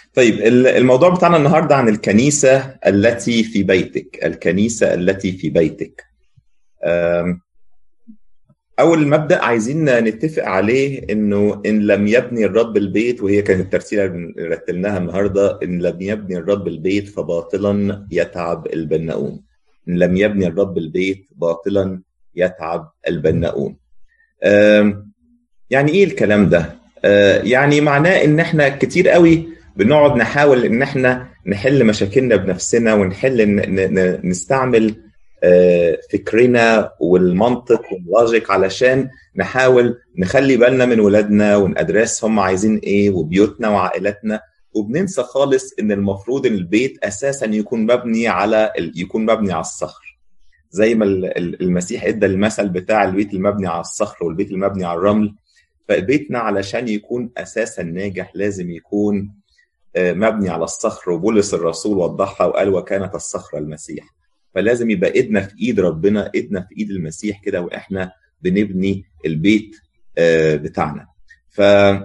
طيب الموضوع بتاعنا النهاردة عن الكنيسة التي في بيتك. الكنيسة التي في بيتك. أول مبدأ عايزين نتفق عليه إنه إن لم يبني الرب البيت، وهي كانت الترتيلة اللي رتلناها النهاردة، إن لم يبني الرب البيت فباطلا يتعب البناؤون. إن لم يبني الرب البيت باطلا يتعب البناؤون. يعني إيه الكلام ده؟ يعني معناه إن إحنا كتير قوي بنقعد نحاول إن إحنا نحل مشاكلنا بنفسنا، ونحل نستعمل فكرنا والمنطق واللوجيك علشان نحاول نخلي بالنا من ولادنا ونأدرس هم عايزين ايه وبيوتنا وعائلاتنا، وبننسى خالص ان المفروض ان البيت اساسا يكون مبني على الصخر. زي ما المسيح ادى المثل بتاع البيت المبني على الصخر والبيت المبني على الرمل. فبيتنا علشان يكون اساسا ناجح لازم يكون مبني على الصخر، وبولس الرسول وضحها وقال وكانت الصخرة المسيح. فلازم يبقى ايدنا في ايد ربنا، ايدنا في ايد المسيح كده، واحنا بنبني البيت بتاعنا. ف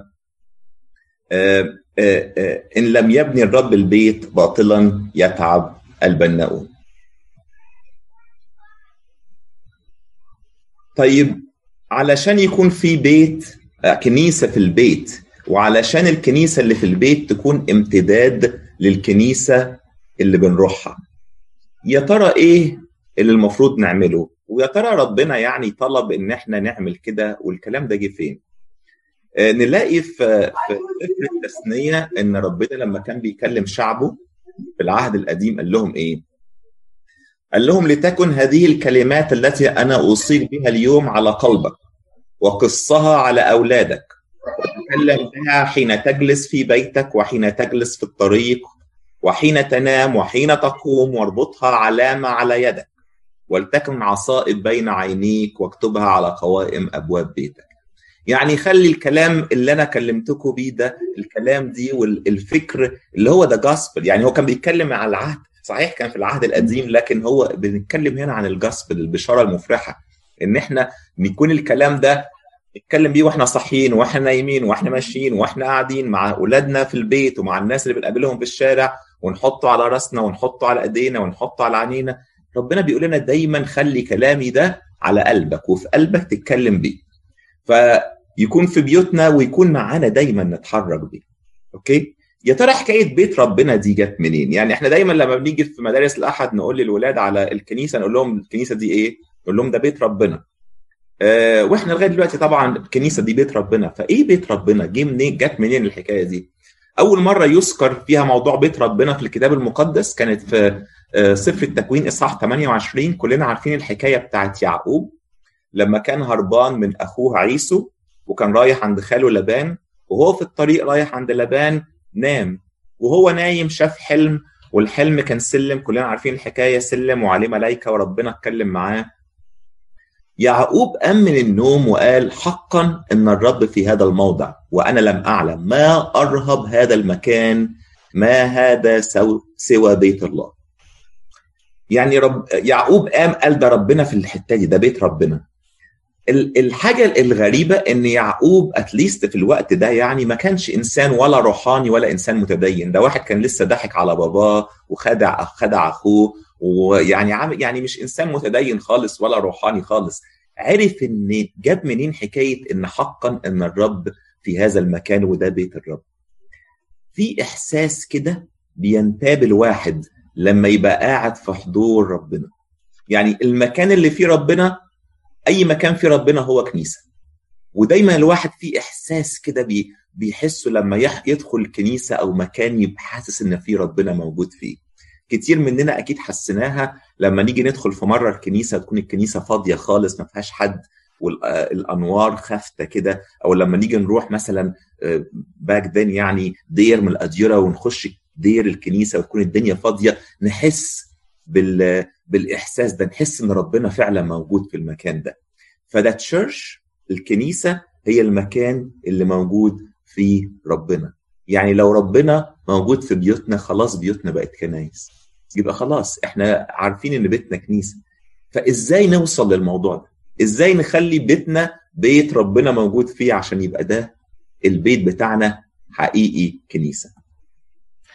ان لم يبني الرب البيت باطلا يتعب البناؤون. طيب علشان يكون في بيت، كنيسة في البيت، وعلشان الكنيسة اللي في البيت تكون امتداد للكنيسة اللي بنروحها، يا ترى ايه اللي المفروض نعمله؟ ويا ترى ربنا يعني طلب ان احنا نعمل كده؟ والكلام ده جه فين؟ نلاقي في سفر التثنية ان ربنا لما كان بيكلم شعبه في العهد القديم قال لهم ايه؟ قال لهم لتكن هذه الكلمات التي انا اوصيك بها اليوم على قلبك، وقصها على اولادك، وتكلم بها حين تجلس في بيتك وحين تجلس في الطريق وحين تنام وحين تقوم، واربطها علامة على يدك، ولتكن عصائب بين عينيك، واكتبها على قوائم أبواب بيتك. يعني خلي الكلام اللي أنا كلمتكم بيه ده، الكلام دي والفكر اللي هو ده جاسبل. يعني هو كان بيتكلم على العهد، صحيح كان في العهد القديم، لكن هو بنتكلم هنا عن الجاسبل، البشارة المفرحة، إن إحنا نكون الكلام ده نتكلم بيه واحنا صاحيين واحنا نايمين واحنا ماشيين واحنا قاعدين مع اولادنا في البيت ومع الناس اللي بنقابلهم في الشارع، ونحطه على راسنا ونحطه على ايدينا ونحطه على عينينا. ربنا بيقول لنا دايما خلي كلامي ده على قلبك وفي قلبك تتكلم بيه، فيكون في بيوتنا ويكون معانا دايما نتحرك بيه. اوكي، يا ترى حكايه بيت ربنا دي جت منين؟ يعني احنا دايما لما بنيجي في مدارس الاحد نقول للولاد على الكنيسه، نقول لهم الكنيسه دي ايه؟ نقول لهم ده بيت ربنا. واحنا لغايه دلوقتي طبعا الكنيسه دي بيت ربنا. فايه بيت ربنا؟ جه منين؟ جت منين الحكايه دي؟ اول مره يذكر فيها موضوع بيت ربنا في الكتاب المقدس كانت في سفر التكوين اصحاح 28. كلنا عارفين الحكايه بتاعت يعقوب لما كان هربان من اخوه عيسو، وكان رايح عند خاله لبان، وهو في الطريق رايح عند لبان نام، وهو نايم شاف حلم، والحلم كان سلم. كلنا عارفين الحكايه، سلم وعليه ملائكه وربنا اتكلم معاه. يعقوب قام من النوم وقال حقا ان الرب في هذا الموضع وانا لم اعلم، ما ارهب هذا المكان، ما هذا سوى بيت الله. يعني يعقوب قام قال ده ربنا في الحته دي، ده بيت ربنا. الحاجه الغريبه ان يعقوب اتليست في الوقت ده يعني ما كانش انسان ولا روحاني ولا انسان متدين، ده واحد كان لسه ضحك على باباه وخدع اخوه، ويعني يعني مش انسان متدين خالص ولا روحاني خالص. عرف ان جاب منين حكايه ان حقا ان الرب في هذا المكان وده بيت الرب. في احساس كده بينتاب الواحد لما يبقى قاعد في حضور ربنا. يعني المكان اللي فيه ربنا، اي مكان فيه ربنا هو كنيسه. ودايما الواحد فيه احساس كده بيحسه لما يدخل الكنيسه او مكان يبقى حاسس ان فيه ربنا موجود فيه. كتير مننا اكيد حسناها لما نيجي ندخل في مره الكنيسه تكون الكنيسه فاضيه خالص ما فيهاش حد والانوار خافته كده، او لما نيجي نروح مثلا باك ذن يعني دير من الاديره ونخش دير الكنيسه وتكون الدنيا فاضيه، نحس بالاحساس ده، نحس ان ربنا فعلا موجود في المكان ده. فده تشيرش، الكنيسه هي المكان اللي موجود فيه ربنا. يعني لو ربنا موجود في بيوتنا خلاص بيوتنا بقت كنايس، يبقى خلاص احنا عارفين ان بيتنا كنيسه. فازاي نوصل للموضوع ده؟ ازاي نخلي بيتنا بيت ربنا موجود فيه عشان يبقى ده البيت بتاعنا حقيقي كنيسه؟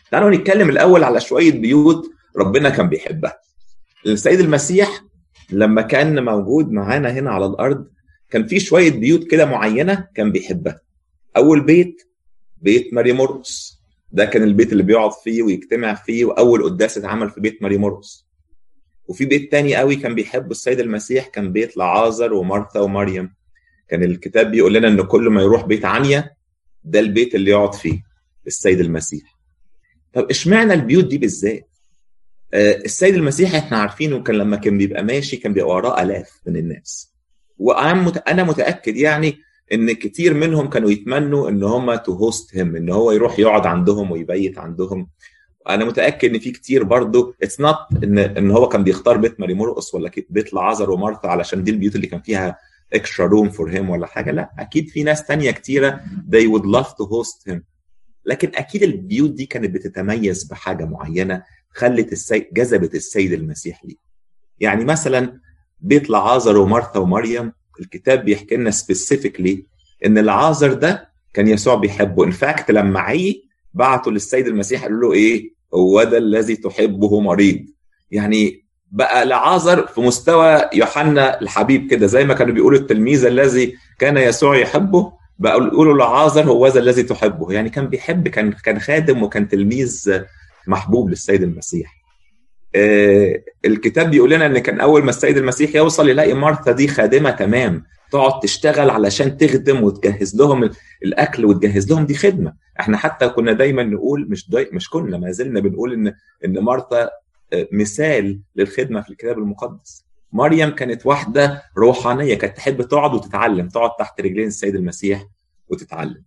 تعالوا نتكلم الأول على شوية بيوت ربنا كان بيحبها. السيد المسيح لما كان موجود معانا هنا على الأرض كان في شوية بيوت كده معينة كان بيحبها. أول بيت ماري مرقس، ده كان البيت اللي بيقعد فيه ويجتمع فيه، وأول قداس اتعمل في بيت ماري مرقس. وفي بيت تاني قوي كان بيحبه السيد المسيح، كان بيت لعازر ومارثا ومريم. كان الكتاب بيقول لنا إن كل ما يروح بيت عنيا ده البيت اللي يقعد فيه السيد المسيح. طب اشمعنى البيوت دي بالذات؟ السيد المسيح احنا عارفينه كان لما كان بيبقى ماشي كان بيبقى وراه آلاف من الناس، وانا متاكد يعني ان كتير منهم كانوا يتمنوا ان هم تهوست هيم، ان هو يروح يقعد عندهم ويبيت عندهم. انا متاكد ان في كتير برضو اتس نوت ان هو كان بيختار بيت ماري مرقس ولا بيت لعازر ومارثا علشان دي البيوت اللي كان فيها اكسترا روم فور هيم ولا حاجه. لا، اكيد في ناس تانية كتيره they would love to host him، لكن اكيد البيوت دي كانت بتتميز بحاجه معينه خلت جذبت السيد المسيح ليه. يعني مثلا بيت لعازر ومارثا ومريم، الكتاب بيحكي لنا سبيسيفيكلي ان العازر ده كان يسوع بيحبه. ان فاكت لما عي بعتوا للسيد المسيح قالوا له ايه؟ هو ده الذي تحبه مريض. يعني بقى لعازر في مستوى يوحنا الحبيب كده، زي ما كانوا بيقولوا التلميذ الذي كان يسوع يحبه، بقى يقولوا لعازر هو ذا الذي تحبه. يعني كان بيحب، كان خادم وكان تلميذ محبوب للسيد المسيح. الكتاب بيقول لنا ان كان اول ما السيد المسيح يوصل يلاقي مارثا دي خادمه تمام، تقعد تشتغل علشان تخدم وتجهز لهم الاكل وتجهز لهم، دي خدمه. احنا حتى كنا دايما نقول مش كنا، ما زلنا بنقول ان مارثا مثال للخدمه في الكتاب المقدس. مريم كانت واحده روحانيه، كانت تحب تقعد وتتعلم، تقعد تحت رجلين السيد المسيح وتتعلم.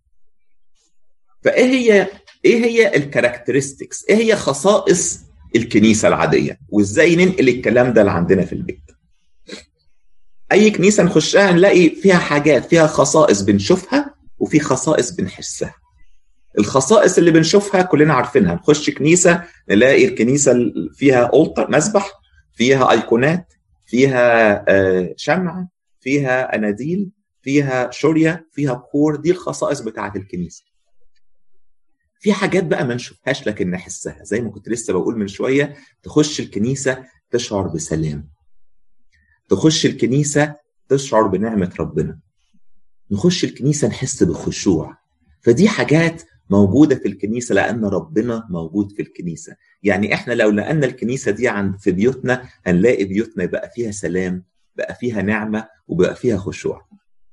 ايه هي الكاركترستكس، ايه هي خصائص الكنيسه العاديه، وازاي ننقل الكلام ده لعندنا في البيت؟ اي كنيسه نخشها نلاقي فيها حاجات، فيها خصائص بنشوفها وفي خصائص بنحسها. الخصائص اللي بنشوفها كلنا عارفينها، نخش كنيسه نلاقي الكنيسه فيها أولتر، مسبح، فيها ايقونات، فيها شمع، فيها اناديل، فيها شوريه، فيها بخور. دي الخصائص بتاعه الكنيسه. في حاجات بقى ما نشوفهاش لكن نحسها، زي ما كنت لسه بقول من شويه، تخش الكنيسه تشعر بسلام، تخش الكنيسه تشعر بنعمه ربنا، نخش الكنيسه نحس بخشوع. فدي حاجات موجوده في الكنيسه لان ربنا موجود في الكنيسه. يعني احنا لو لقينا الكنيسه دي في بيوتنا هنلاقي بيوتنا بقى فيها سلام، بقى فيها نعمه، وبقى فيها خشوع.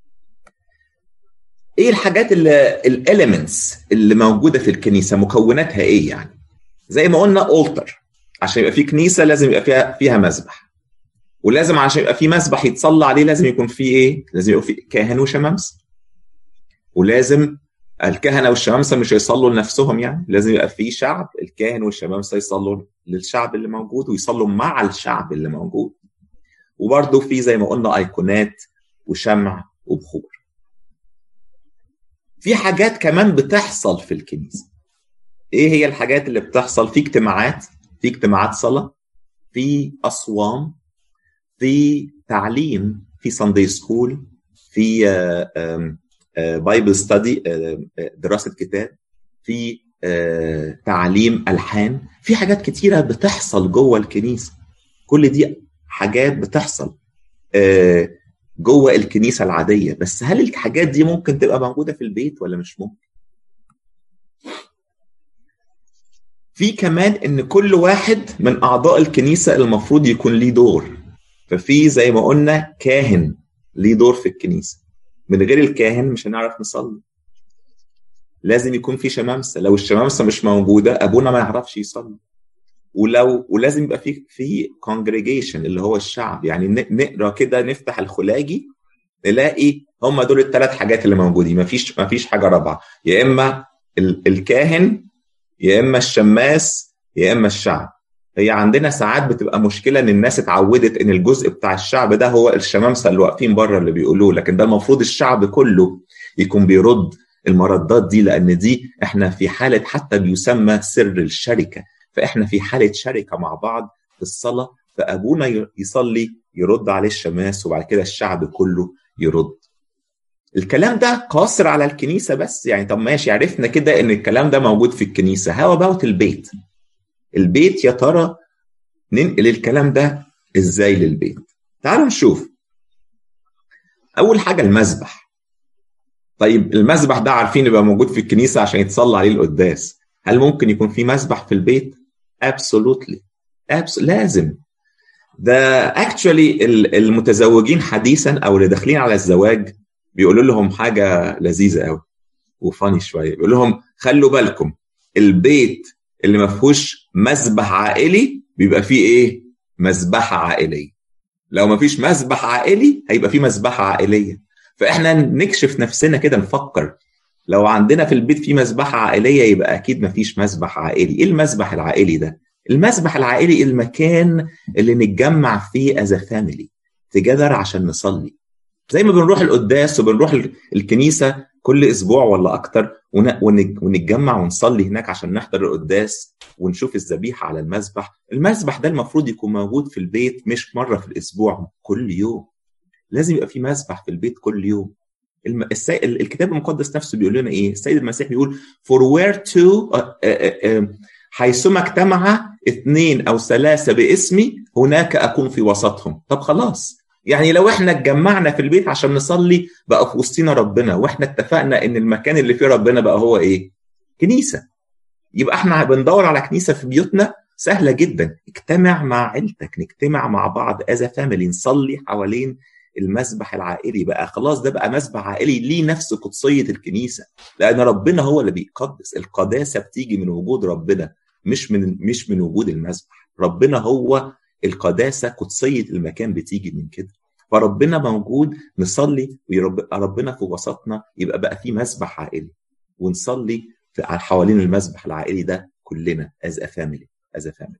ايه الحاجات الاليمنتس اللي موجوده في الكنيسه، مكوناتها ايه؟ يعني زي ما قلنا أولتر، عشان يبقى في كنيسه لازم يبقى فيها مسبح، ولازم عشان يبقى في مسبح يتصلى عليه لازم يكون في ايه؟ لازم يبقى في كاهن وشمامسه. ولازم الكهنه والشمامسه مش هيصلوا لنفسهم، يعني لازم يبقى في شعب، الكاهن والشمامسه يصلوا للشعب اللي موجود ويصلوا مع الشعب اللي موجود. وبرضه في زي ما قلنا ايقونات وشمع وبخور. في حاجات كمان بتحصل في الكنيسه. ايه هي الحاجات اللي بتحصل؟ في اجتماعات صلاه، في اصوام، في تعليم، في ساندي سكول، في بايبل ستادي، دراسه كتاب، في تعليم الحان. في حاجات كتيره بتحصل جوه الكنيسه. كل دي حاجات بتحصل جوه الكنيسه العاديه. بس هل الحاجات دي ممكن تبقى موجوده في البيت ولا مش ممكن؟ في كمان ان كل واحد من اعضاء الكنيسه المفروض يكون ليه دور. ففي زي ما قلنا كاهن ليه دور في الكنيسه، من غير الكاهن مش هنعرف نصلي. لازم يكون في شمامسه، لو الشمامسه مش موجوده ابونا ما يعرفش يصلي. ولازم يبقى في congregation اللي هو الشعب. يعني نقرا كده، نفتح الخلاجي نلاقي هم دول الثلاث حاجات اللي موجودين، مفيش حاجه رابعه، يا اما الكاهن، يا اما الشماس، يا اما الشعب. هي عندنا ساعات بتبقى مشكله ان الناس اتعودت ان الجزء بتاع الشعب ده هو الشمامسه اللي واقفين بره اللي بيقولوه، لكن ده المفروض الشعب كله يكون بيرد المردات دي، لان دي احنا في حاله حتى بيسمى سر الشركه. فاحنا في حاله شركه مع بعض في الصلاه، فابونا يصلي يرد عليه الشماس، وبعد كده الشعب كله يرد. الكلام ده قاصر على الكنيسة بس، يعني طب ماشي عرفنا كده ان الكلام ده موجود في الكنيسة. هاو اباوت البيت؟ البيت يا ترى ننقل الكلام ده ازاي للبيت؟ تعالوا نشوف. اول حاجة المذبح. طيب المذبح ده عارفين يبقى موجود في الكنيسة عشان يتصلى عليه القداس، هل ممكن يكون في مذبح في البيت؟ absolutely لازم. ده actually المتزوجين حديثا او اللي داخلين على الزواج بيقولوا لهم حاجة لذيذة قوي وفاني شوية، بيقول لهم خلوا بالكم البيت اللي ما فيهوش مذبح عائلي بيبقى فيه ايه؟ مذبحة عائلية. لو ما فيش مذبح عائلي هيبقى فيه مذبحة عائلية. فاحنا نكشف نفسنا كده، نفكر لو عندنا في البيت فيه مذبحة عائلية يبقى اكيد ما فيش مذبح عائلي. ايه المذبح العائلي ده؟ المذبح العائلي المكان اللي نتجمع فيه as a family together عشان نصلي، زي ما بنروح القداس وبنروح الكنيسة كل أسبوع ولا أكتر ونتجمع ونصلي هناك عشان نحضر القداس ونشوف الذبيحة على المذبح. المذبح ده المفروض يكون موجود في البيت مش مرة في الأسبوع، كل يوم. لازم يبقى في مذبح في البيت كل يوم. الكتاب المقدس نفسه بيقول لنا إيه؟ السيد المسيح بيقول for where two حيثما اجتمع 2 أو 3 باسمي هناك أكون في وسطهم. طب خلاص، يعني لو احنا اتجمعنا في البيت عشان نصلي بقى في وسطنا ربنا، واحنا اتفقنا ان المكان اللي فيه ربنا بقى هو ايه؟ كنيسة. يبقى احنا بندور على كنيسة في بيوتنا، سهلة جدا. اجتمع مع عيلتك، نجتمع مع بعض as a family، نصلي حوالين المذبح العائلي. بقى خلاص ده بقى مذبح عائلي ليه نفس قدسية الكنيسة، لأن ربنا هو اللي بيقدس. القداسة بتيجي من وجود ربنا، مش من وجود المذبح. ربنا هو القداسة، قدسية المكان بتيجي من كده. فربنا موجود، نصلي ويبقى ربنا في وسطنا، يبقى بقى في مذبح عائلي ونصلي حوالين المذبح العائلي ده كلنا as a family.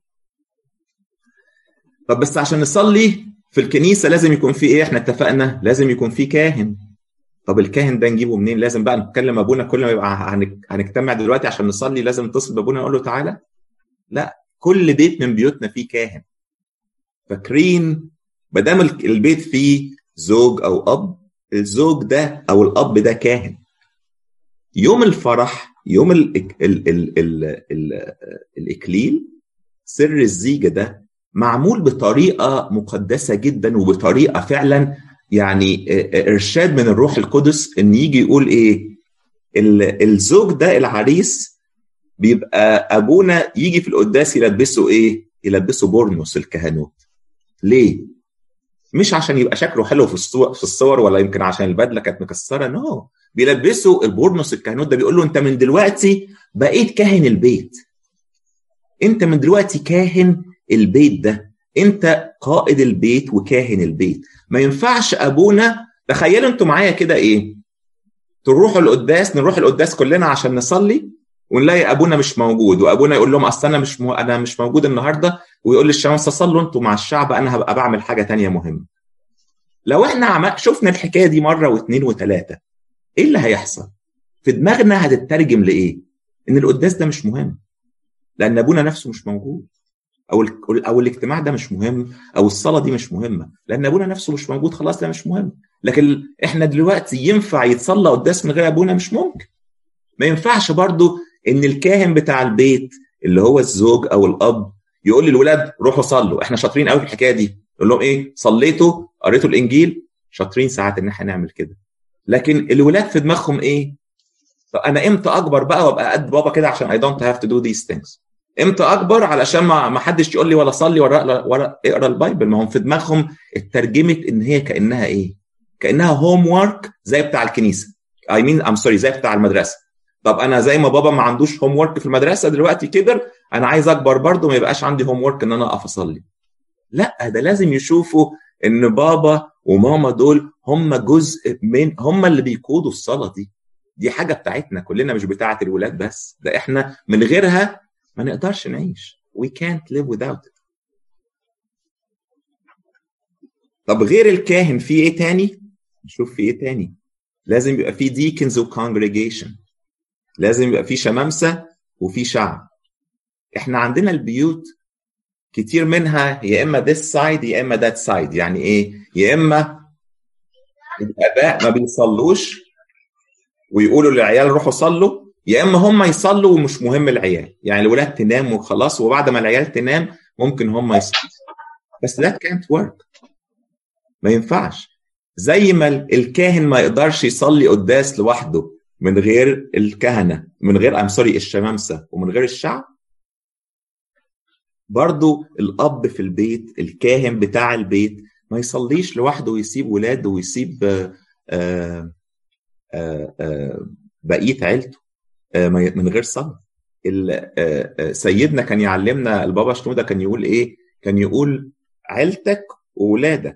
طب بس عشان نصلي في الكنيسة لازم يكون في ايه؟ احنا اتفقنا لازم يكون في كاهن. طب الكاهن ده نجيبه منين؟ لازم بقى نتكلم ابونا كل ما يبقى هنجتمع دلوقتي عشان نصلي لازم نتصل بابونا نقول له تعالى؟ لا، كل بيت من بيوتنا فيه كاهن. فاكرين بدام البيت فيه زوج او اب، الزوج ده او الاب ده كاهن. يوم الفرح، يوم الاكليل، سر الزيجة ده معمول بطريقة مقدسة جدا وبطريقة فعلا يعني ارشاد من الروح القدس، ان يجي يقول ايه؟ الزوج ده العريس بيبقى ابونا يجي في القداس يلبسه ايه؟ يلبسه بورنوس الكهنوت. ليه؟ مش عشان يبقى شكله حلو في الصور ولا يمكن عشان البدله كانت مكسره، نو. بيلبسه البورنوس الكهنوت ده، بيقول له انت من دلوقتي بقيت كاهن البيت. انت من دلوقتي كاهن البيت ده، انت قائد البيت وكاهن البيت. ما ينفعش ابونا، تخيلوا انتوا معايا كده ايه؟ نروح القداس كلنا عشان نصلي ونلاقي ابونا مش موجود، وابونا يقول لهم اصل انا مش موجود النهارده، ويقول للشمس صلوا انتوا مع الشعب، انا هبقى بعمل حاجه تانية مهمه. لو احنا شفنا الحكايه دي مره واثنين وثلاثه، ايه اللي هيحصل؟ في دماغنا هتترجم لايه؟ ان القداس ده مش مهم لان ابونا نفسه مش موجود، او الاجتماع ده مش مهم، او الصلاه دي مش مهمه لان ابونا نفسه مش موجود. خلاص ده مش مهم. لكن احنا دلوقتي ينفع يتصلى قداس من غير ابونا؟ مش ممكن. ما ينفعش برضو ان الكاهن بتاع البيت اللي هو الزوج او الاب يقول للولاد روحوا صلوا. احنا شاطرين قوي في الحكايه دي، نقول لهم ايه؟ صليتوا؟ قريتوا الانجيل؟ شاطرين ساعات ان احنا نعمل كده. لكن الولاد في دماغهم ايه؟ طب انا امتى اكبر بقى وابقى قد بابا كده عشان I don't have to do these things؟ امتى اكبر علشان ما حدش يقول لي ولا صلي ولا اقرا البايبل؟ ما هم في دماغهم اترجمت ان هي كانها ايه؟ كانها هوم وورك زي بتاع الكنيسه. زي بتاع المدرسه. طب انا زي ما بابا ما عندوش هوم وورك في المدرسه دلوقتي كبر، انا عايز اكبر برضه ما يبقاش عندي هوم وورك ان انا اقف اصلي. لا، ده لازم يشوفوا ان بابا وماما دول هم جزء هم اللي بيقودوا الصلاه دي حاجه بتاعتنا كلنا، مش بتاعه الولاد بس. ده احنا من غيرها ما نقدرش نعيش. we can't live without it. طب غير الكاهن في ايه تاني؟ نشوف في ايه تاني. لازم يبقى في deacons و congregation، لازم يبقى في شمامسة وفي شعب. احنا عندنا البيوت كتير منها يا اما this side يا اما that side. يعني ايه؟ يا اما الاباء ما بيصلوش ويقولوا للعيال روحوا صلوا، يا اما هم يصلوا ومش مهم العيال، يعني الولاد تنام وخلاص، وبعد ما العيال تنام ممكن هم يصلوا. بس that can't work، ما ينفعش. زي ما الكاهن ما يقدرش يصلي قداس لوحده من غير الكهنة، من غير الشمامسة ومن غير الشعب، برضو الأب في البيت، الكاهن بتاع البيت، ما يصليش لوحده ويسيب ولاده ويسيب بقية عيلته من غير صلاة. سيدنا كان يعلمنا، البابا شنودة كان يقول ايه؟ كان يقول عيلتك وولادك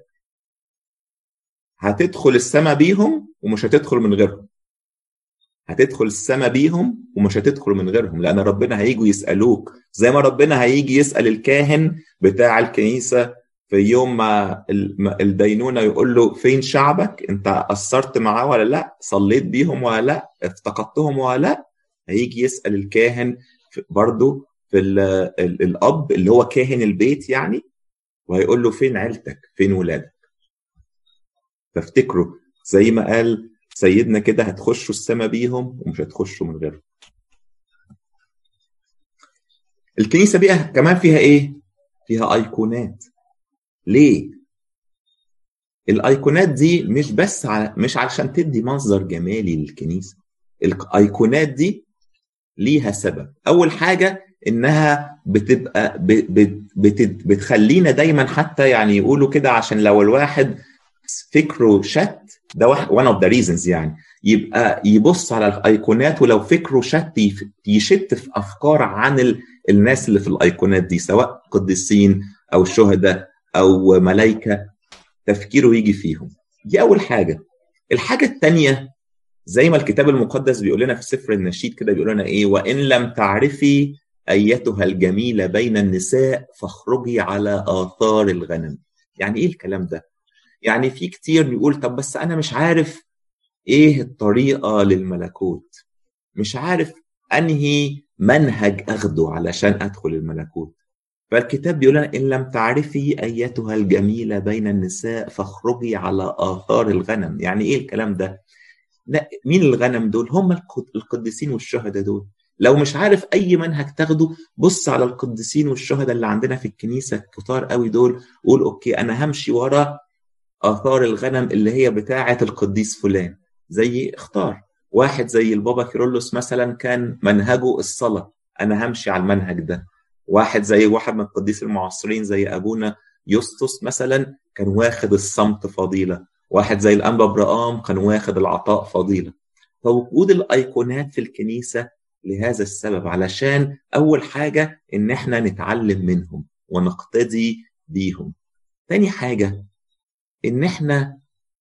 هتدخل السماء بيهم ومش هتدخل من غيرهم، هتدخل السماء بيهم ومش هتدخل من غيرهم، لأن ربنا هيجوا يسألوك زي ما ربنا هيجي يسأل الكاهن بتاع الكنيسة في يوم ما الدينونة، يقول له فين شعبك؟ انت قصرت معاه ولا لا؟ صليت بيهم ولا لا؟ افتقدتهم ولا لا؟ هيجي يسأل الكاهن برضو في الأب اللي هو كاهن البيت يعني، وهيقول له فين عيلتك؟ فين ولادك؟ فافتكروا زي ما قال سيدنا كده، هتخشوا السماء بيهم ومش هتخشوا من غيرهم. الكنيسة بقى كمان فيها ايه؟ فيها ايقونات. ليه؟ الايقونات دي مش بس مش علشان تدي منظر جمالي للكنيسة، الايقونات دي ليها سبب. اول حاجة انها بتبقى بتخلينا دايما، حتى يعني يقولوا كده عشان لو الواحد فكره شت، ده one of the reasons يعني، يبقى يبص على الايقونات، ولو فكره شت يشت في افكار عن الناس اللي في الايقونات دي، سواء قديسين او شهداء او ملائكة، تفكيره يجي فيهم. دي اول حاجة. الحاجة الثانية زي ما الكتاب المقدس بيقول لنا في سفر النشيد كده، بيقول لنا ايه؟ وان لم تعرفي ايتها الجميلة بين النساء فاخرجي على آثار الغنم. يعني ايه الكلام ده؟ يعني في كتير بيقول طب بس انا مش عارف ايه الطريقة للملكوت، مش عارف انهي منهج اخده علشان ادخل الملكوت. فالكتاب بيقول لنا ان لم تعرفي ايتها الجميلة بين النساء فاخرجي على آثار الغنم. يعني ايه الكلام ده؟ لا، مين الغنم دول؟ هم القديسين والشهداء دول. لو مش عارف اي منهج تاخده، بص على القديسين والشهداء اللي عندنا في الكنيسة كتار قوي دول، قول اوكي انا همشي ورا آثار الغنم اللي هي بتاعة القديس فلان. زي اختار واحد زي البابا كيرلس مثلا، كان منهجه الصلاة، أنا همشي على المنهج ده. واحد زي واحد من القديس المعاصرين زي أبونا يوستوس مثلا، كان واخد الصمت فضيلة. واحد زي الأنبا برقام كان واخد العطاء فضيلة. فوجود الأيقونات في الكنيسة لهذا السبب، علشان أول حاجة إن احنا نتعلم منهم ونقتدي بيهم. تاني حاجة إن إحنا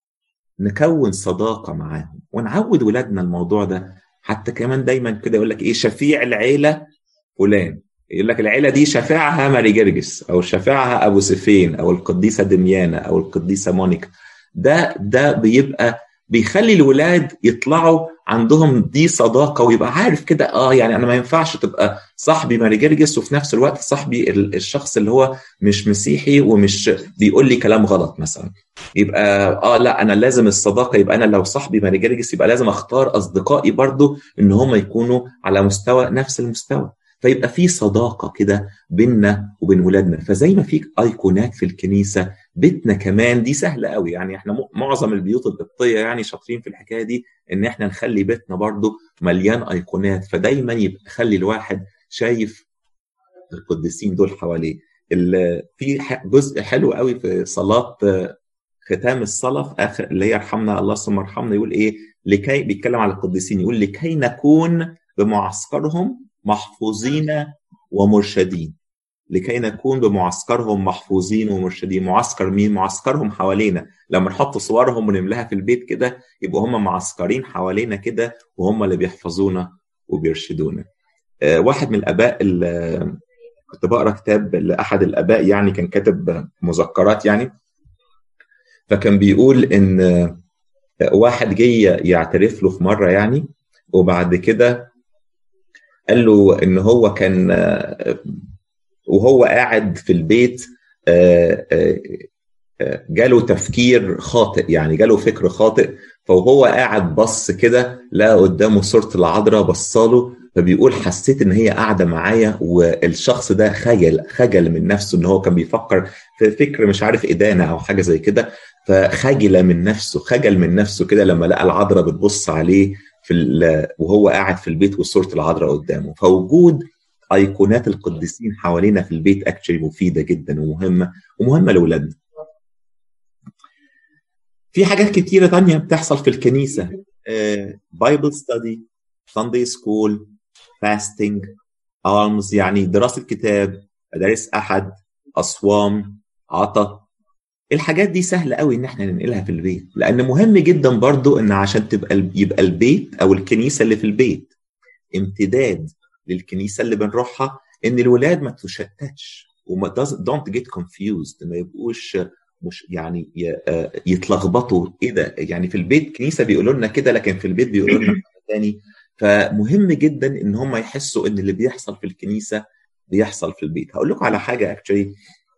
نكون صداقة معاهم ونعود ولادنا الموضوع ده. حتى كمان دايما كده يقول لك إيه؟ شفيع العيلة فلان، يقول لك العيلة دي شفاعها ماري جرجس، أو شفاعها أبو سفين، أو القديسة دميانة، أو القديسة مونيكا. ده بيبقى بيخلي الولاد يطلعوا عندهم دي صداقة، ويبقى عارف كده يعني أنا ما ينفعش تبقى صاحبي ماري جرجس وفي نفس الوقت صاحبي الشخص اللي هو مش مسيحي ومش بيقول لي كلام غلط مثلا. يبقى لا، أنا لازم الصداقة، يبقى أنا لو صاحبي ماري جرجس يبقى لازم أختار أصدقائي برضو إن هم يكونوا على مستوى نفس المستوى، فيبقى في صداقة كده بيننا وبين ولادنا. فزي ما في أيقونات في الكنيسة، بيتنا كمان دي سهلة قوي. يعني احنا معظم البيوت القبطية يعني شاطرين في الحكاية دي، ان احنا نخلي بيتنا برضو مليان أيقونات، فدايما يبقى خلي الواحد شايف القديسين دول حواليه. في جزء حلو قوي في صلاة ختام الصلاة في آخر اللي هي يرحمنا الله ثم ارحمنا، يقول ايه؟ لكي بيتكلم على القديسين، يقول لكي نكون بمعسكرهم محفوظين ومرشدين. لكي نكون بمعسكرهم محفوظين ومرشدين. معسكر مين؟ معسكرهم حوالينا. لما نحط صورهم ونملاها في البيت كده، يبقوا هم معسكرين حوالينا كده، وهم اللي بيحفظونا وبيرشدونا. واحد من الآباء اللي كنت بقرأ كتاب لأحد الآباء، يعني كان كاتب مذكرات يعني، فكان بيقول إن واحد جاي يعترف له في مرة يعني، وبعد كده قال له إن هو كان وهو قاعد في البيت جاله تفكير خاطئ، يعني جاله فكر خاطئ، فهو قاعد بص كده لقى قدامه صورة العذراء، بصاله، فبيقول حسيت ان هي قاعدة معايا، والشخص ده خجل من نفسه ان هو كان بيفكر في فكر مش عارف إدانة او حاجة زي كده، فخجل من نفسه كده لما لقى العذراء بتبص عليه وهو قاعد في البيت وصورة العذراء قدامه. فوجود ايقونات القديسين حوالينا في البيت اكشلي مفيدة جدا ومهمة لاولادنا. في حاجات كتيرة تانية بتحصل في الكنيسة، بايبل ستادي، ساندي سكول، فاستنج، alms، يعني دراسة كتاب، مدارس أحد، أصوام، عطا. الحاجات دي سهلة قوي إن احنا ننقلها في البيت، لأن مهم جدا برضو إن عشان يبقى البيت أو الكنيسة اللي في البيت امتداد للكنيسة اللي بنروحها، إن الولاد ما تشتتش وما don't get confused، ما يبقوش مش يعني يتلخبطوا. ايه ده يعني في البيت كنيسه بيقولوا لنا كده، لكن في البيت بيقولوا لنا حاجه ثاني. فمهم جدا ان هم يحسوا ان اللي بيحصل في الكنيسه بيحصل في البيت. هقول لكم على حاجه اكشلي،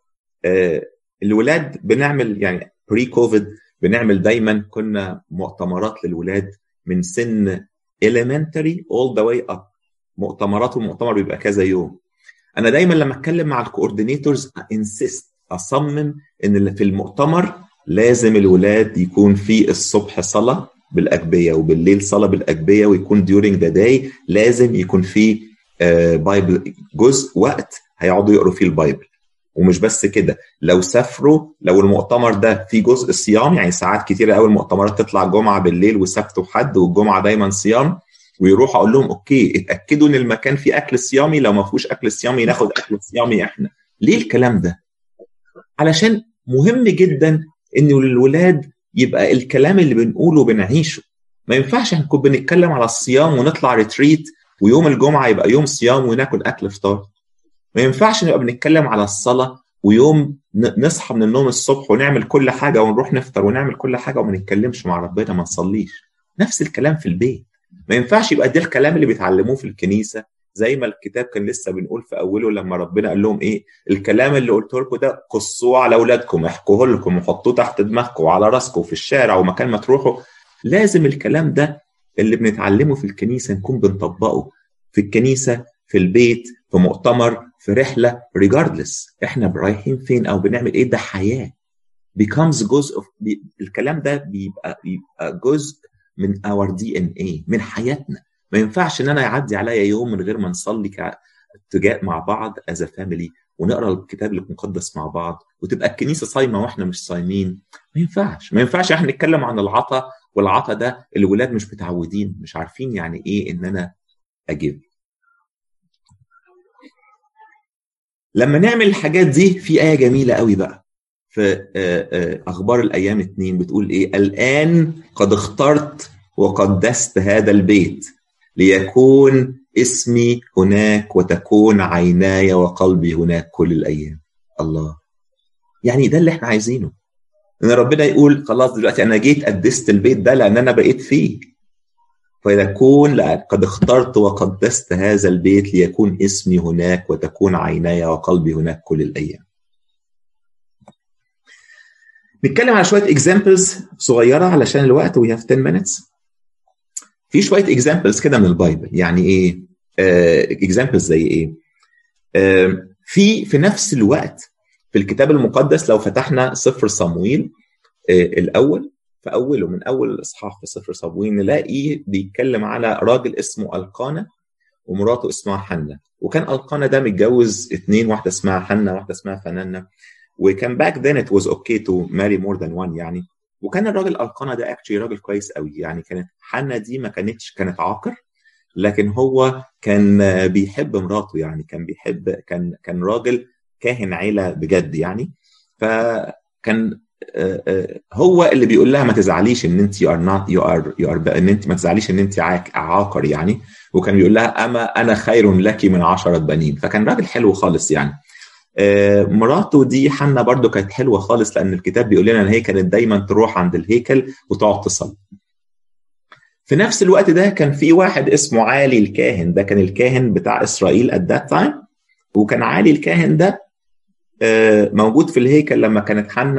الولاد بنعمل يعني بري كوفيد بنعمل دايما كنا مؤتمرات للولاد من سن elementary all the way up، مؤتمرات، والمؤتمر بيبقى كذا يوم. انا دايما لما اتكلم مع الكوردينيتورز اصمم ان في المؤتمر لازم الولاد يكون في الصبح صلاة بالأجبية وبالليل صلاة بالأجبية، ويكون during the day لازم يكون في بايبل، جزء وقت هيقعدوا يقروا فيه البايبل. ومش بس كده، لو سافروا، لو المؤتمر ده في جزء صيام، يعني ساعات كتيرة قوي المؤتمرات تطلع جمعة بالليل وسبت وحد، والجمعة دايما صيام، ويروح اقول لهم اوكي اتاكدوا ان المكان فيه اكل صيامي، لو ما فيهوش اكل صيامي ناخد اكل صيامي احنا. ليه الكلام ده؟ علشان مهم جدا ان الولاد يبقى الكلام اللي بنقوله بنعيشه. ما ينفعش نكون بنتكلم على الصيام ونطلع ريتريت ويوم الجمعه يبقى يوم صيام وناكل اكل فطار. ما ينفعش نبقى بنتكلم على الصلاه ويوم نصحى من النوم الصبح ونعمل كل حاجه ونروح نفطر ونعمل كل حاجه وما نتكلمش مع ربنا، ما نصليش. نفس الكلام في البيت، ما ينفعش يبقى ده الكلام اللي بيتعلموه في الكنيسه، زي ما الكتاب كان لسه بنقول في اوله لما ربنا قال لهم ايه، الكلام اللي قلته لكم ده قصوه على اولادكم، احكوه لكم وحطوه تحت دماغكم وعلى راسكم في الشارع ومكان ما تروحوا. لازم الكلام ده اللي بنتعلمه في الكنيسه نكون بنطبقه في الكنيسه، في البيت، في مؤتمر، في رحله، regardless احنا رايحين فين او بنعمل ايه. ده حياه becomes جزء الكلام ده بيبقى جزء من our DNA، من حياتنا. ما ينفعش ان انا يعدي عليا يوم من غير ما نصلي اتجاه مع بعض as a family ونقرا الكتاب المقدس مع بعض، وتبقى الكنيسه صايمه واحنا مش صايمين. ما ينفعش احنا نتكلم عن العطا، والعطا ده الولاد مش متعودين، مش عارفين يعني ايه ان انا اجيب. لما نعمل الحاجات دي، في آية جميلة قوي بقى في أخبار الأيام 2 بتقول إيه؟ الآن قد اخترت وقدست هذا البيت ليكون اسمي هناك وتكون عيناي وقلبي هناك كل الأيام. الله، يعني ده اللي احنا عايزينه، إن ربنا يقول خلاص دلوقتي أنا جيت قدست البيت ده لأن أنا بقيت فيه، فيكون قد اخترت وقدست هذا البيت ليكون اسمي هناك وتكون عيناي وقلبي هناك كل الأيام. نتكلم على شوية examples صغيرة علشان الوقت، we have 10 minutes. في شوية examples كده من البايبل. يعني ايه examples زي ايه؟ في نفس الوقت في الكتاب المقدس لو فتحنا سفر صمويل الأول، في أوله من أول الإصحاح في سفر صمويل نلاقيه بيتكلم على راجل اسمه القانا ومراته اسمها حنة. وكان القانا ده متجوز 2، واحدة اسمها حنة واحدة اسمها فنانة، وكان back then it was okay to marry more than one يعني. وكان الراجل القانا ده actually راجل كويس قوي يعني. كانت حنة دي كانت عاقر، لكن هو كان بيحب مراته يعني، كان راجل كاهن عيلة بجد يعني. فكان هو اللي بيقول لها ما تزعليش ان انت ان انت ما تزعليش ان انت عاقر يعني. وكان بيقول لها انا خير لك من 10 بنين. فكان راجل حلو خالص يعني. مراته دي حنة برضو كانت حلوة خالص، لأن الكتاب بيقول لنا أن هي كانت دايما تروح عند الهيكل وتقعد تصلي. في نفس الوقت ده كان في واحد اسمه عالي الكاهن، ده كان الكاهن بتاع إسرائيل at that time. وكان عالي الكاهن ده موجود في الهيكل لما كانت حنة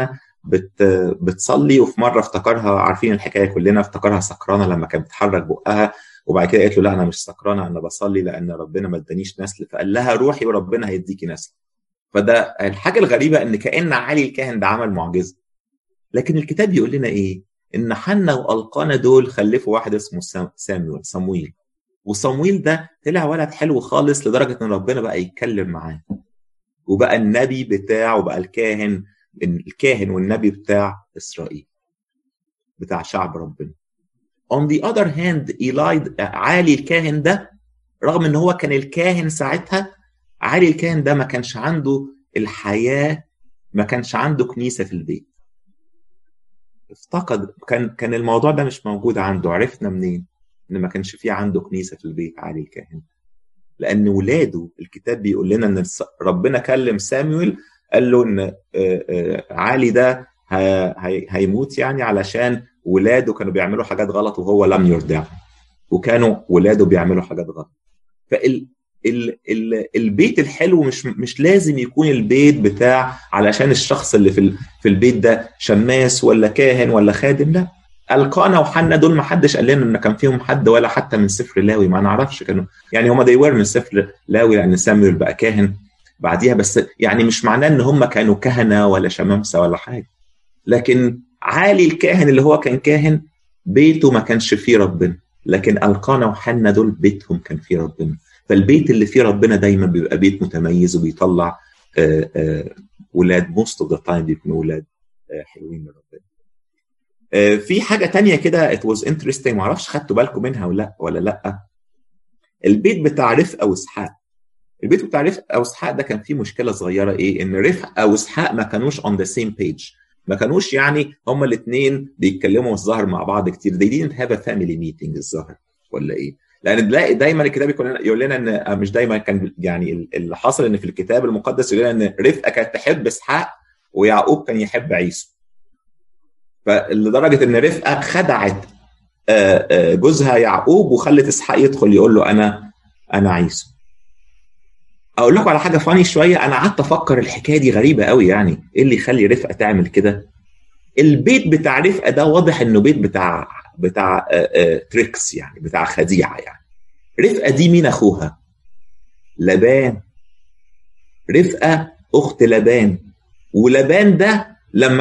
بتصلي، وفي مره افتكرها، عارفين الحكايه كلنا، افتكرها سكرانه لما كانت بتحرك بقها، وبعد كده قالت له لا انا مش سكرانه، انا بصلي لان ربنا ما ادانيش نسل، فقال لها روحي وربنا هيديكي نسل. فده الحاجه الغريبه ان كأن علي الكاهن ده عمل معجزه، لكن الكتاب بيقول لنا ايه؟ ان حنا والقانا دول خلفوا واحد اسمه صمويل، وصمويل ده طلع ولد حلو خالص لدرجه ان ربنا بقى يتكلم معاه، وبقى النبي بتاعه، وبقى الكاهن والنبي بتاع اسرائيل، بتاع شعب ربنا. on the other hand عالي الكاهن ده، رغم ان هو كان الكاهن ساعتها، عالي الكاهن ده ما كانش عنده الحياة، ما كانش عنده كنيسة في البيت، افتقد، كان الموضوع ده مش موجود عنده. عرفنا منين ان ما كانش فيه عنده كنيسة في البيت عالي الكاهن؟ لان ولاده، الكتاب بيقول لنا ان ربنا كلم سامويل قال له ان عالي ده هيموت، يعني علشان ولاده كانوا بيعملوا حاجات غلط وهو لم يرضع، وكانوا ولاده بيعملوا حاجات غلط. البيت الحلو مش لازم يكون البيت بتاع علشان الشخص اللي في البيت ده شماس ولا كاهن ولا خادم، لا. القانا وحنا دول ما حدش قال لنا ان كان فيهم حد ولا حتى من سفر لاوي، ما نعرفش، كانوا يعني هما ديور من سفر لاوي لان سامويل بقى كاهن بعديها، بس يعني مش معناه ان هم كانوا كهنه ولا شمامسه ولا حاجه. لكن عالي الكاهن اللي هو كان كاهن، بيته ما كانش فيه ربنا، لكن القانا وحنا دول بيتهم كان فيه ربنا. فالبيت اللي فيه ربنا دايما بيبقى بيت متميز، وبيطلع ولاد most of the time بيكونوا ولاد حلوين لربنا. في حاجة تانية كده it was interesting، معرفش خدتوا بالكم منها ولا لا. البيت بتاع رفقة وإسحاق، البيت بتاع رفقة وإسحاق ده كان فيه مشكلة صغيرة، ايه؟ ان رفقة وإسحاق ما كانوش on the same page، ما كانوش يعني هما الاثنين بيتكلموا الظاهر مع بعض كتير. they didn't have a family meeting الظاهر ولا ايه؟ لان دايما الكتاب يقول لنا ان مش دايما، كان يعني اللي حصل ان في الكتاب المقدس يقول لنا ان رفقة كانت تحب إسحاق ويعقوب كان يحب عيسو، فلدرجة ان رفقة خدعت جوزها يعقوب وخلت إسحاق يدخل يقول له انا عيسو. اقول لكم على حاجه فاني شويه، انا قعدت افكر الحكايه دي غريبه قوي، يعني ايه اللي يخلي رفقه تعمل كده؟ البيت بتاع رفقه ده واضح انه بيت بتاع تريكس، يعني بتاع خديعه. يعني رفقه دي مين اخوها؟ لبان. رفقه اخت لبان، ولبان ده لما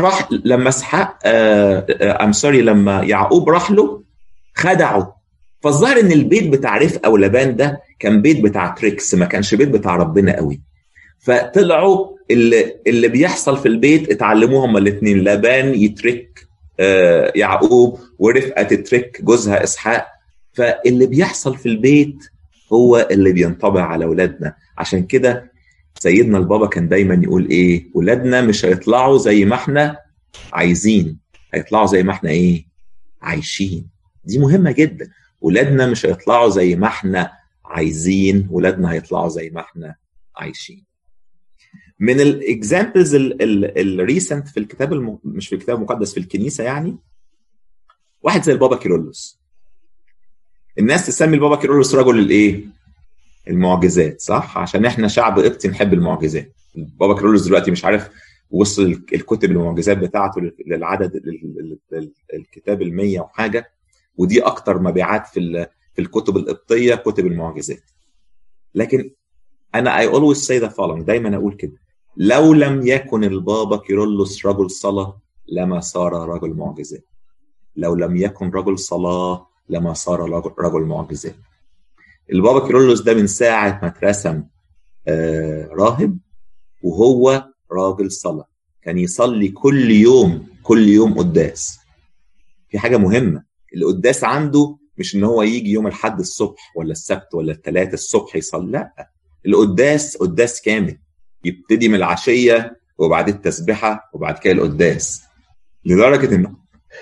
لما يعقوب راح له خدعه. فالظاهر ان البيت بتاع رفقه ولبان ده كان بيت بتاع تريكس، ما كانش بيت بتاع ربنا قوي. فطلعوا اللي بيحصل في البيت اتعلموه هما الاثنين، لبان يترك يعقوب، ورفقه تترك جوزها اسحاق. فاللي بيحصل في البيت هو اللي بينطبع على اولادنا. عشان كده سيدنا البابا كان دايما يقول ايه؟ ولادنا مش هيطلعوا زي ما احنا عايزين، هيطلعوا زي ما احنا ايه؟ عايشين. دي مهمه جدا. ولادنا مش هيطلعوا زي ما احنا عايزين، ولادنا هيطلعوا زي ما احنا عايشين. من الاكزامبلز الريسنت في الكتاب مش في الكتاب المقدس، في الكنيسه، يعني واحد زي البابا كيرلس. الناس تسمي البابا كيرلس رجل الايه؟ المعجزات، صح؟ عشان احنا شعب قبطي نحب المعجزات. البابا كيرلس دلوقتي مش عارف وصل الكتب المعجزات بتاعته للعدد الكتاب 100 وحاجه، ودي اكتر مبيعات في الكتب القبطيه، كتب المعجزات. لكن انا I always say the following، دايما اقول كده: لو لم يكن البابا كيرلس رجل صلاة لما صار رجل معجزات. لو لم يكن رجل صلاة لما صار رجل معجزات. البابا كيرلس ده من ساعة ما اترسم راهب وهو راجل صلاة، كان يصلي كل يوم قداس. في حاجة مهمة، القداس عنده مش ان هو يجي يوم الحد الصبح ولا السبت ولا الثلاث الصبح يصلي، لا، القداس قداس كامل، يبتدي من العشية وبعد التسبيحة وبعد كده القداس. لدرجة انه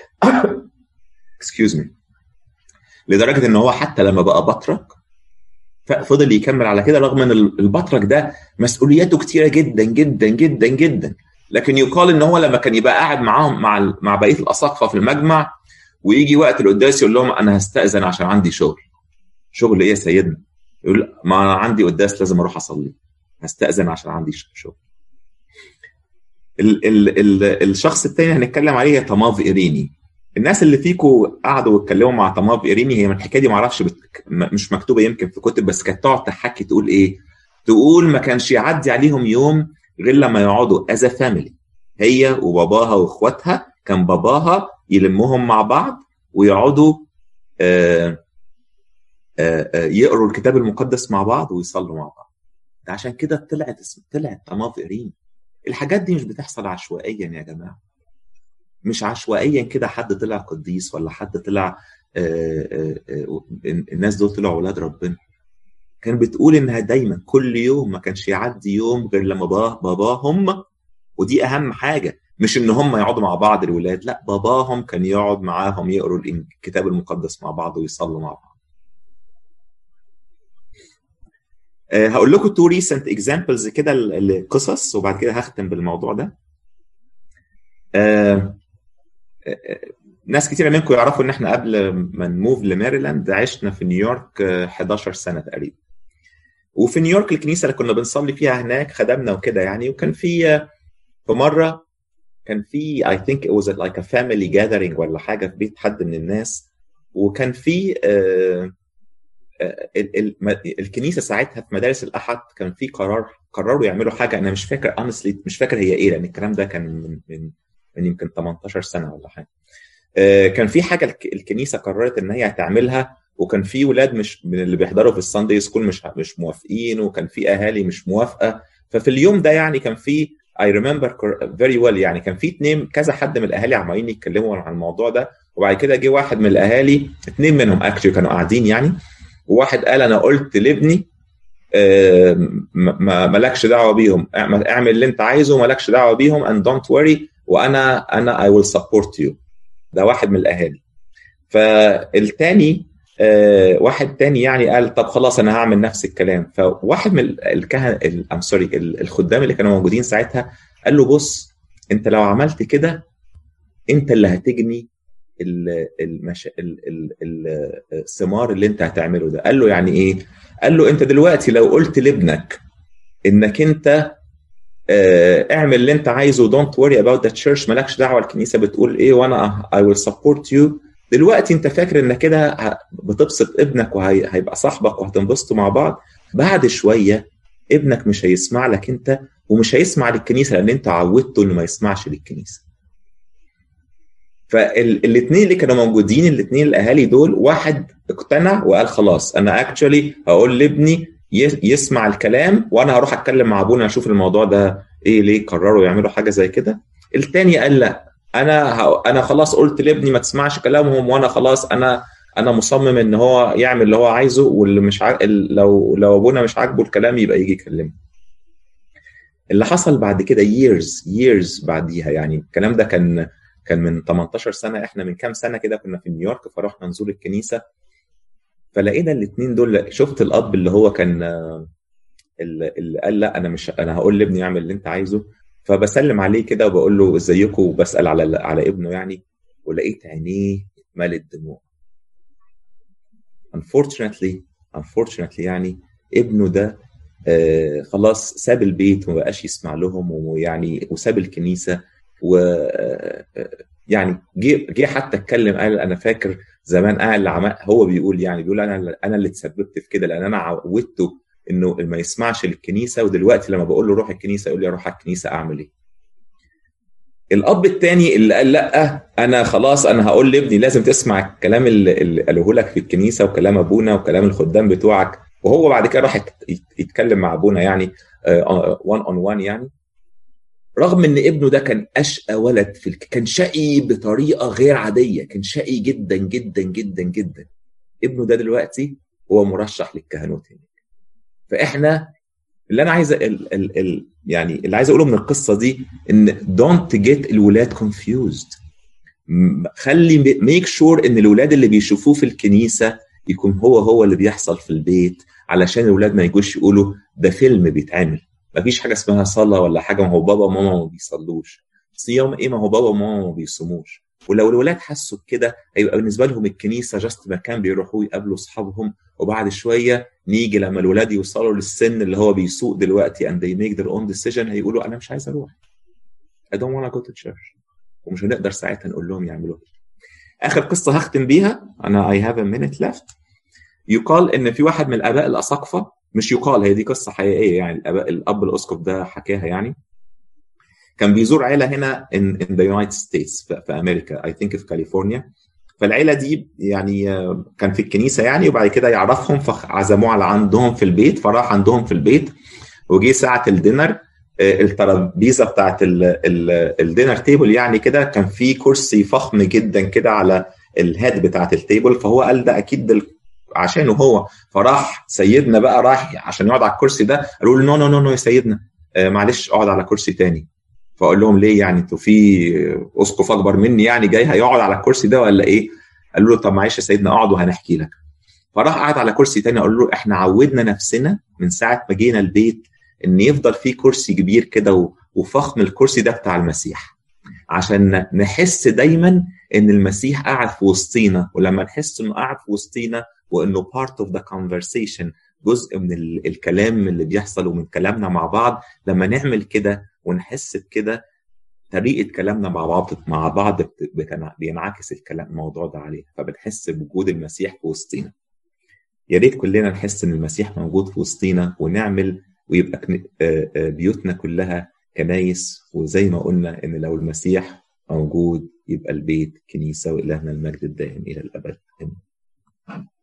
لدرجة انه هو حتى لما بقى بطرك فضل يكمل على كده، رغم ان البطرك ده مسؤولياته كتيرة جدا جدا جدا جدا. لكن يقال ان هو لما كان يبقى قاعد معاهم مع بقية الأساقفة في المجمع، ويجي وقت القداس يقول لهم انا هستأذن عشان عندي شغل ايه يا سيدنا؟ يقول ما عندي قداس لازم اروح اصلي، هستأذن عشان عندي شغل. الشخص الثاني هنتكلم عليه هي طماف إيريني. الناس اللي فيكم قعدوا واتكلموا مع طماف إيريني، هي من الحكايه دي ما اعرفش مش مكتوبه يمكن في كتب، بس كانت تقعد تحكي تقول ايه، تقول ما كانش يعدي عليهم يوم غير لما يقعدوا از فاميلي، هي وباباها واخواتها، كان باباها يلمهم مع بعض ويقعدوا يقروا الكتاب المقدس مع بعض ويصلوا مع بعض. عشان كده طلعت طماف إيريني. الحاجات دي مش بتحصل عشوائيا يا جماعه، مش عشوائيا كده حد طلع قديس ولا حد طلع الناس دول طلعوا اولاد ربنا. كان بتقول انها دايما كل يوم ما كانش يعدي يوم غير لما باباهم، ودي اهم حاجه، مش ان هم يقعدوا مع بعض الولاد، لا، باباهم كان يقعد معاهم يقروا الكتاب المقدس مع بعض ويصلوا مع بعض. هقول لكم تو ريسنت اكزامبلز كده القصص، وبعد كده هختم بالموضوع ده. ناس كتير منكم يعرفوا ان احنا قبل ما نموف لماريلاند عشنا في نيويورك 11 سنه تقريبا. وفي نيويورك الكنيسه اللي كنا بنصلي فيها هناك خدمنا وكده يعني. وكان في مره كان في I think it was like a family gathering ولا حاجه في بيت حد من الناس، وكان في الكنيسه ساعتها في مدارس الاحد كان في قرروا يعملوا حاجه، انا مش فاكر honestly، مش فاكر هي ايه، لان الكلام ده كان من يمكن 18 سنه ولا حاجه. كان في حاجه الكنيسه قررت ان هي هتعملها، وكان في ولاد مش من اللي بيحضروا في الساندي سكول مش موافقين، وكان في اهالي مش موافقه. ففي اليوم ده يعني كان في I remember very well يعني كان في كذا حد من الاهالي عمالين يتكلموا عن الموضوع ده. وبعد كده جه واحد من الاهالي، 2 منهم اكشلي كانوا قاعدين يعني، وواحد قال انا قلت لابني مالكش دعوه بيهم، اعمل اللي انت عايزه مالكش دعوه بيهم and don't worry، وانا I will support you. ده واحد من الاهالي. فالتاني واحد تاني يعني قال طب خلاص انا هعمل نفس الكلام. فواحد من الكهنه الخدام اللي كانوا موجودين ساعتها قال له بص، انت لو عملت كده انت اللي هتجني الثمار اللي انت هتعمله ده. قال له يعني ايه؟ قال له انت دلوقتي لو قلت لابنك انك انت اعمل اللي انت عايزه don't worry about the church، مالكش دعوه الكنيسه بتقول ايه وانا I will support you، دلوقتي انت فاكر انك كده بتبسط ابنك وهيبقى صاحبك وهتنبسطوا مع بعض. بعد شويه ابنك مش هيسمع لك انت ومش هيسمع للكنيسه، لان انت عودته انه ما يسمعش للكنيسه. فالاثنين اللي كانوا موجودين، الاثنين الاهالي دول، واحد اقتنع وقال خلاص انا اكشولي هقول لابني يسمع الكلام، وانا هروح اتكلم مع ابونا اشوف الموضوع ده ايه، ليه قرروا يعملوا حاجه زي كده. الثاني قال لا، انا خلاص قلت لابني ما تسمعش كلامهم، وانا خلاص انا مصمم ان هو يعمل اللي هو عايزه، واللي مش لو ابونا مش عاجبه الكلام يبقى يجي يكلمه. اللي حصل بعد كده years بعديها يعني، الكلام ده كان من 18 سنه، احنا من كام سنه كده كنا في نيويورك فرحنا نزور الكنيسه، فلقينا الاثنين دول. شفت الاب اللي هو كان اللي قال لا انا هقول لابني يعمل اللي انت عايزه، فبسلم عليه كده وبقول له ازيكم وبسال على ابنه يعني، ولقيت عينيه اتملت دموع. unfortunately يعني ابنه ده خلاص ساب البيت وما بقاش يسمع لهم، ويعني وساب الكنيسه، و يعني جه حتى اتكلم قال انا فاكر زمان هو بيقول انا اللي تسببت في كده، لان انا عودته انه ما يسمعش للكنيسه، ودلوقتي لما بقول له روح الكنيسه يقول لي اروح على الكنيسه اعمل ايه. الاب الثاني اللي قال لا انا خلاص انا هقول لابني لازم تسمع الكلام اللي قالوه لك في الكنيسه وكلام ابونا وكلام الخدام بتوعك، وهو بعد كده راح يتكلم مع ابونا يعني one on one يعني، رغم ان ابنه ده كان اشقى ولد كان شقي بطريقه غير عاديه، كان شقي جدا جدا جدا جدا. ابنه ده دلوقتي هو مرشح للكهنوت هنا. فاحنا اللي انا عايز يعني اللي عايز اقوله من القصه دي ان don't get الولاد confused. خلي make sure ان الولاد اللي بيشوفوه في الكنيسه يكون هو اللي بيحصل في البيت، علشان الولاد ما يجوش يقولوا ده فيلم بيتعمل. مفيش حاجه اسمها صلاه ولا حاجه، ما هو بابا وماما ما بيصلوش. صيام ايه؟ ما هو بابا وماما ما بيصوموش. ولو الولاد حسوا بكده هيبقى بالنسبه لهم الكنيسه جاست مكان بيروحوا يقابلوا اصحابهم، وبعد شويه نيجي لما الولاد يوصلوا للسن اللي هو بيسوق دلوقتي and they make their own decision هيقولوا انا مش عايز اروح. I don't want to go to church. ومش هنقدر ساعتها نقول لهم يعملوها. آخر قصة هختم بيها، أنا I have a minute left. يقال إن في واحد من الآباء الأساقفة، مش يقال، هي دي قصة حقيقية يعني، الأب الأسقف ده حكاها يعني. كان بيزور عيلة هنا in the United States في أمريكا، I think في كاليفورنيا. فالعيلة دي يعني كان في الكنيسة يعني، وبعد كده يعرفهم فعزموه على عندهم في البيت، فراح عندهم في البيت وجي ساعة الدينر. الترابيزة بتاعت الدينر تيبل يعني كده، كان في كرسي فخم جدا كده على الهيد بتاعت التيبل، فهو قال ده أكيد عشانه هو. فراح سيدنا بقى راح عشان يقعد على الكرسي ده، قالوا له نو نو نو يا سيدنا، معلش اقعد على كرسي تاني. فاقول لهم ليه يعني، انتوا في اسقف اكبر مني يعني جاي هيقعد على الكرسي ده ولا ايه؟ قالوا له طب معلش يا سيدنا اقعد وهنحكي لك. فراح قعد على كرسي تاني. اقول له احنا عودنا نفسنا من ساعه ما جينا البيت ان يفضل في كرسي كبير كده وفخم الكرسي ده بتاع المسيح، عشان نحس دايما ان المسيح قاعد في وسطينا. ولما نحس انه قاعد في وسطينا وانه part of the conversation، جزء من الكلام اللي بيحصل ومن كلامنا مع بعض، لما نعمل كده ونحس بكده، طريقة كلامنا مع بعض بينعكس الكلام الموضوع ده عليه، فبنحس بوجود المسيح في وسطينا. يا ريت كلنا نحس ان المسيح موجود في وسطينا، ونعمل ويبقى بيوتنا كلها كنايس. وزي ما قلنا ان لو المسيح موجود يبقى البيت كنيسة، وإلهنا المجد الدائم إلى الأبد.